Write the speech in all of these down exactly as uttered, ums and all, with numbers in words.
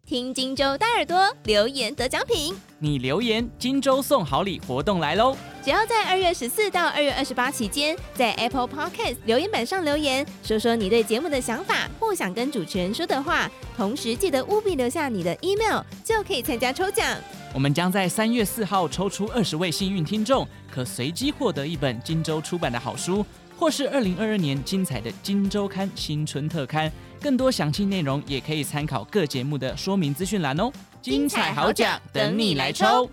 听金州大耳朵留言得奖品， 你留言金州送好礼活动来咯！ 只要在二月十四到二月二十八期间，在 Apple Podcast 留言板上留言，说说你对节目的想法或想跟主持人说的话，同时记得务必留下你的 email， 就可以参加抽奖。 我们将在三月四号抽出二十位幸运听众，可随机获得一本金州出版的好书，或是二零二二年精彩的金周刊新春特刊。更多详细内容也可以参考各节目的说明资讯栏哦。 精彩好奖等你来抽！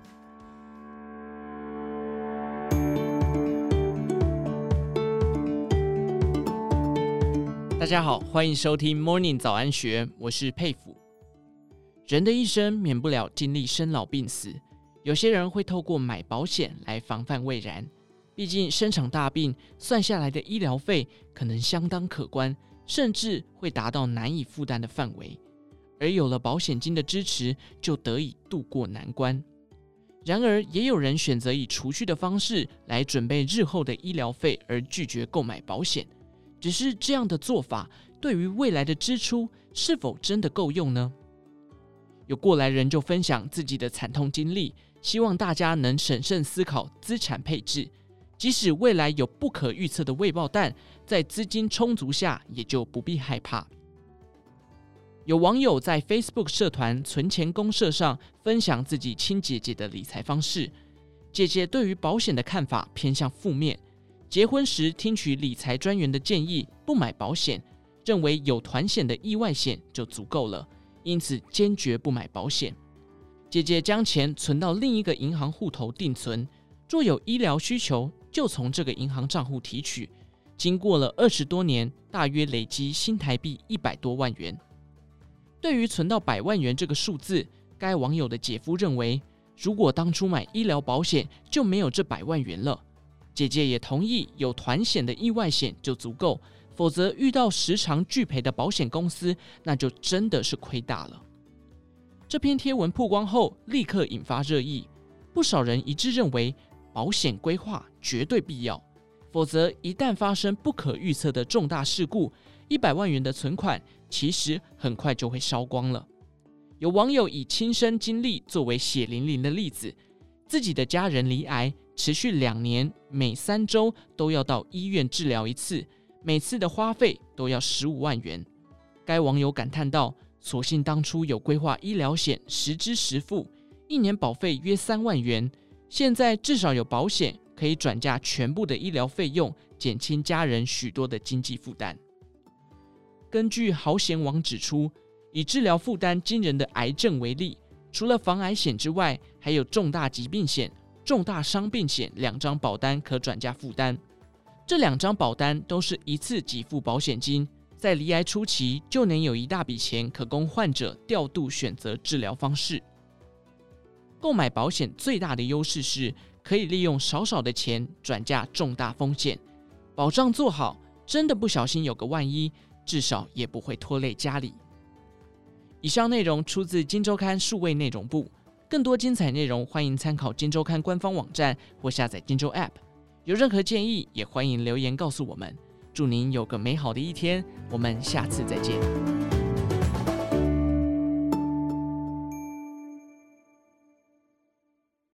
大家好，欢迎收听 Morning 早安学，我是佩服。人的一生免不了经历生老病死，有些人会透过买保险来防范未然。毕竟生场大病算下来的医疗费可能相当可观，甚至会达到难以负担的范围，而有了保险金的支持，就得以渡过难关。然而，也有人选择以储蓄的方式来准备日后的医疗费，而拒绝购买保险。只是这样的做法，对于未来的支出是否真的够用呢？有过来人就分享自己的惨痛经历，希望大家能审慎思考资产配置。即使未来有不可预测的未爆弹，在资金充足下也就不必害怕。有网友在 Facebook 社团存钱公社上分享自己亲姐姐的理财方式。姐姐对于保险的看法偏向负面，结婚时听取理财专员的建议不买保险，认为有团险的意外险就足够了，因此坚决不买保险。姐姐将钱存到另一个银行户头定存，若有医疗需求就从这个银行账户提取，经过了二十多年，大约累积新台币一百多万元。对于存到百万元这个数字，该网友的姐夫认为，如果当初买医疗保险就没有这百万元了。姐姐也同意有团险的意外险就足够，否则遇到时常拒赔的保险公司，那就真的是亏大了。这篇贴文曝光后，立刻引发热议，不少人一致认为保险规划绝对必要，否则一旦发生不可预测的重大事故，一百万元的存款其实很快就会烧光了。有网友以亲身经历作为血淋淋的例子，自己的家人罹癌，持续两年，每三周都要到医院治疗一次，每次的花费都要十五万元。该网友感叹道，所幸当初有规划医疗险，实支实付，一年保费约三万元，现在至少有保险可以转嫁全部的医疗费用，减轻家人许多的经济负担。根据好险网指出，以治疗负担惊人的癌症为例，除了防癌险之外，还有重大疾病险、重大伤病险两张保单可转嫁负担。这两张保单都是一次给付保险金，在罹癌初期就能有一大笔钱可供患者调度选择治疗方式。购买保险最大的优势是可以利用少少的钱转嫁重大风险，保障做好，真的不小心有个万一，至少也不会拖累家里。以上内容出自今周刊数位内容部，更多精彩内容欢迎参考今周刊官方网站或下载今周 App。 有任何建议也欢迎留言告诉我们。祝您有个美好的一天，我们下次再见。